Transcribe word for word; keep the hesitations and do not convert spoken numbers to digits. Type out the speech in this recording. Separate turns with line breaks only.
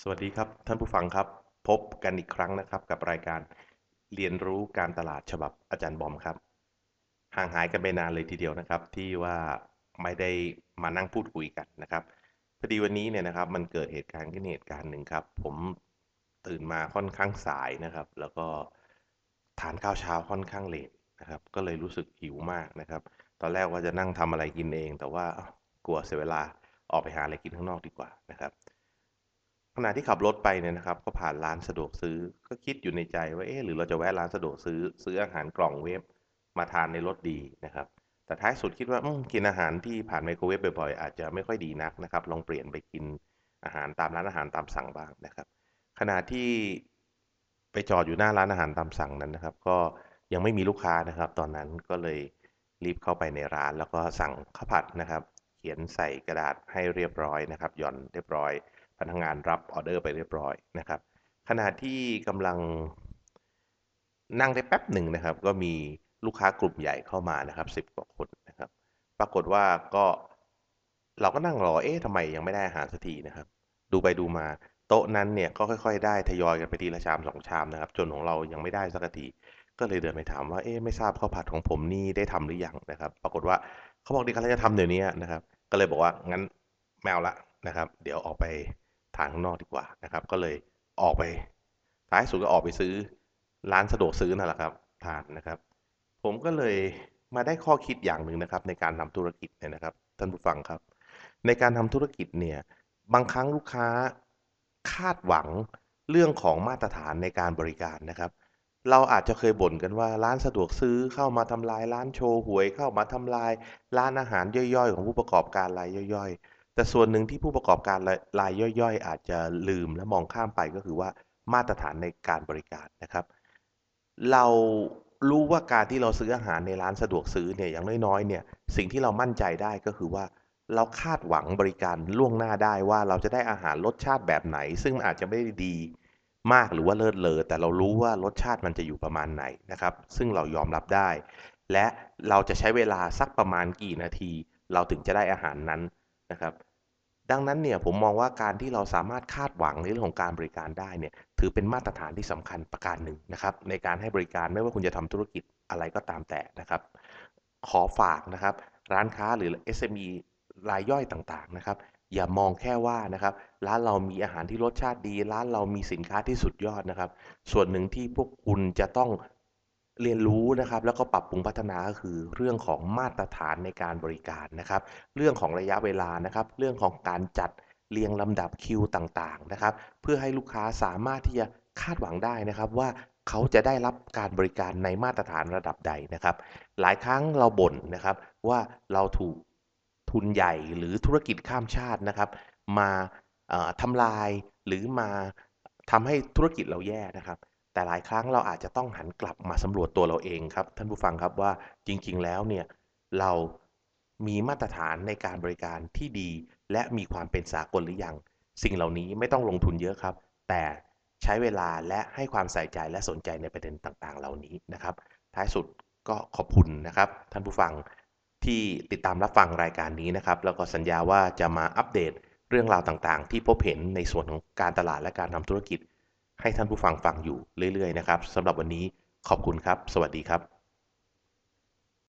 สวัสดีครับท่านผู้ฟังครับพบกันอีกครั้งนะครับกับรายการเรียนรู้การตลาดฉบับอาจารย์บอมครับห่างหายกันไปนานเลยทีเดียวนะครับที่ว่าไม่ได้มานั่งพูดคุยกันนะครับพอดีวันนี้เนี่ยนะครับมันเกิดเหตุการณ์ขึ้นเหตุการณ์หนึ่งครับผมตื่นมาค่อนข้างสายนะครับแล้วก็ทานข้าวเช้าค่อนข้างเลทนะครับก็เลยรู้สึกหิวมากนะครับตอนแรกว่าจะนั่งทำอะไรกินเองแต่ว่ากลัวเสียเวลาออกไปหาอะไรกินข้างนอกดีกว่านะครับ ขณะที่ขับรถไปเนี่ยนะครับก็ผ่านร้านสะดวกซื้อก็คิดอยู่ในใจว่าเอ๊ะหรือเราจะแวะร้านสะดวกซื้อซื้ออาหารกล่องเวฟมาทานในรถดีนะครับแต่ท้ายสุดคิดว่าอืมกินอาหารที่ผ่านไมโครเวฟบ่อยๆอาจจะไม่ค่อยดีนักนะครับลองเปลี่ยนไปกินอาหารตามร้านอาหารตามสั่งบ้างนะครับขณะที่ไปจอดอยู่หน้าร้านอาหารตามสั่งนั้นนะครับก็ยังไม่มีลูกค้านะครับตอนนั้นก็เลยรีบเข้าไปในร้านแล้วก็สั่งข้าวผัดนะครับเขียนใส่กระดาษให้เรียบร้อยนะครับหย่อนเรียบร้อย พนักงานรับออเดอร์ไปเรียบร้อยนะครับขณะที่กำลังนั่งได้แป๊บหนึ่งนะครับก็มีลูกค้ากลุ่มใหญ่เข้ามานะครับสิบกว่าคนนะครับปรากฏว่าก็เราก็นั่งรอเอ๊ะทำไมยังไม่ได้อาหารสักทีนะครับดูไปดูมาโต๊ะนั้นเนี่ยก็ค่อยๆได้ทยอยกันไปทีละชามสองชามนะครับจนของเรายังไม่ได้สักทีก็เลยเดินไปถามว่าเอ๊ะไม่ทราบข้าวผัดของผมนี่ได้ทำหรือยังนะครับปรากฏว่าเขาบอกดีกำลังจะทำเดี๋ยวนี้นะครับก็เลยบอกว่างั้นแมวละนะครับเดี๋ยวออกไป ทานข้างนอกดีกว่านะครับก็เลยออกไปท้ายสุดก็ออกไปซื้อร้านสะดวกซื้อนั่นแหละครับทานนะครับผมก็เลยมาได้ข้อคิดอย่างหนึ่งนะครับในการทำธุรกิจเนี่ยนะครับท่านผู้ฟังครับในการทำธุรกิจเนี่ยบางครั้งลูกค้าคาดหวังเรื่องของมาตรฐานในการบริการนะครับเราอาจจะเคยบ่นกันว่าร้านสะดวกซื้อเข้ามาทำลายร้านโชว์หวยเข้ามาทำลายร้านอาหารย่อยๆของผู้ประกอบการรายย่อยๆ แต่ส่วนหนึ่งที่ผู้ประกอบการรายรายย่อยๆอาจจะลืมและมองข้ามไปก็คือว่ามาตรฐานในการบริการนะครับเรารู้ว่าการที่เราซื้ออาหารในร้านสะดวกซื้อเนี่ยอย่างน้อยๆเนี่ยสิ่งที่เรามั่นใจได้ก็คือว่าเราคาดหวังบริการล่วงหน้าได้ว่าเราจะได้อาหารรสชาติแบบไหนซึ่งมันอาจจะไม่ได้ดีมากหรือว่าเลิศเลอแต่เรารู้ว่ารสชาติมันจะอยู่ประมาณไหนนะครับซึ่งเรายอมรับได้และเราจะใช้เวลาสักประมาณกี่นาทีเราถึงจะได้อาหารนั้น นะครับดังนั้นเนี่ยผมมองว่าการที่เราสามารถคาดหวังในเรื่องของการบริการได้เนี่ยถือเป็นมาตรฐานที่สำคัญประการหนึ่งนะครับในการให้บริการไม่ว่าคุณจะทำธุรกิจอะไรก็ตามแต่นะครับขอฝากนะครับร้านค้าหรือ เอส เอ็ม อี รายย่อยต่างๆนะครับอย่ามองแค่ว่านะครับร้านเรามีอาหารที่รสชาติดีร้านเรามีสินค้าที่สุดยอดนะครับส่วนหนึ่งที่พวกคุณจะต้องเรียนรู้นะครับแล้วก็ปรับปรุงพัฒนาก็คือเรื่องของมาตรฐานในการบริการนะครับ เรื่องของระยะเวลานะครับเรื่องของการจัดเรียงลำดับคิวต่างๆนะครับเพื่อให้ลูกค้าสามารถที่จะคาดหวังได้นะครับว่าเขาจะได้รับการบริการในมาตรฐานระดับใดนะครับหลายครั้งเราบ่นนะครับว่าเราถูกทุนใหญ่หรือธุรกิจข้ามชาตินะครับมาทำลายหรือมาทำให้ธุรกิจเราแย่นะครับแต่หลายครั้งเราอาจจะต้องหันกลับมาสำรวจตัวเราเองครับท่านผู้ฟังครับว่าจริงๆแล้วเนี่ย เรามีมาตรฐานในการบริการที่ดีและมีความเป็นสากลหรือยังสิ่งเหล่านี้ไม่ต้องลงทุนเยอะครับแต่ใช้เวลาและให้ความใส่ใจและสนใจในประเด็นต่างๆเหล่านี้นะครับท้ายสุดก็ขอบคุณนะครับท่านผู้ฟังที่ติดตามรับฟังรายการนี้นะครับแล้วก็สัญญาว่าจะมาอัปเดตเรื่องราวต่างๆที่พบเห็นในส่วนของการตลาดและการทำธุรกิจให้ท่านผู้ฟังฟังอยู่เรื่อยๆนะครับสำหรับวันนี้ขอบคุณครับสวัสดีครับ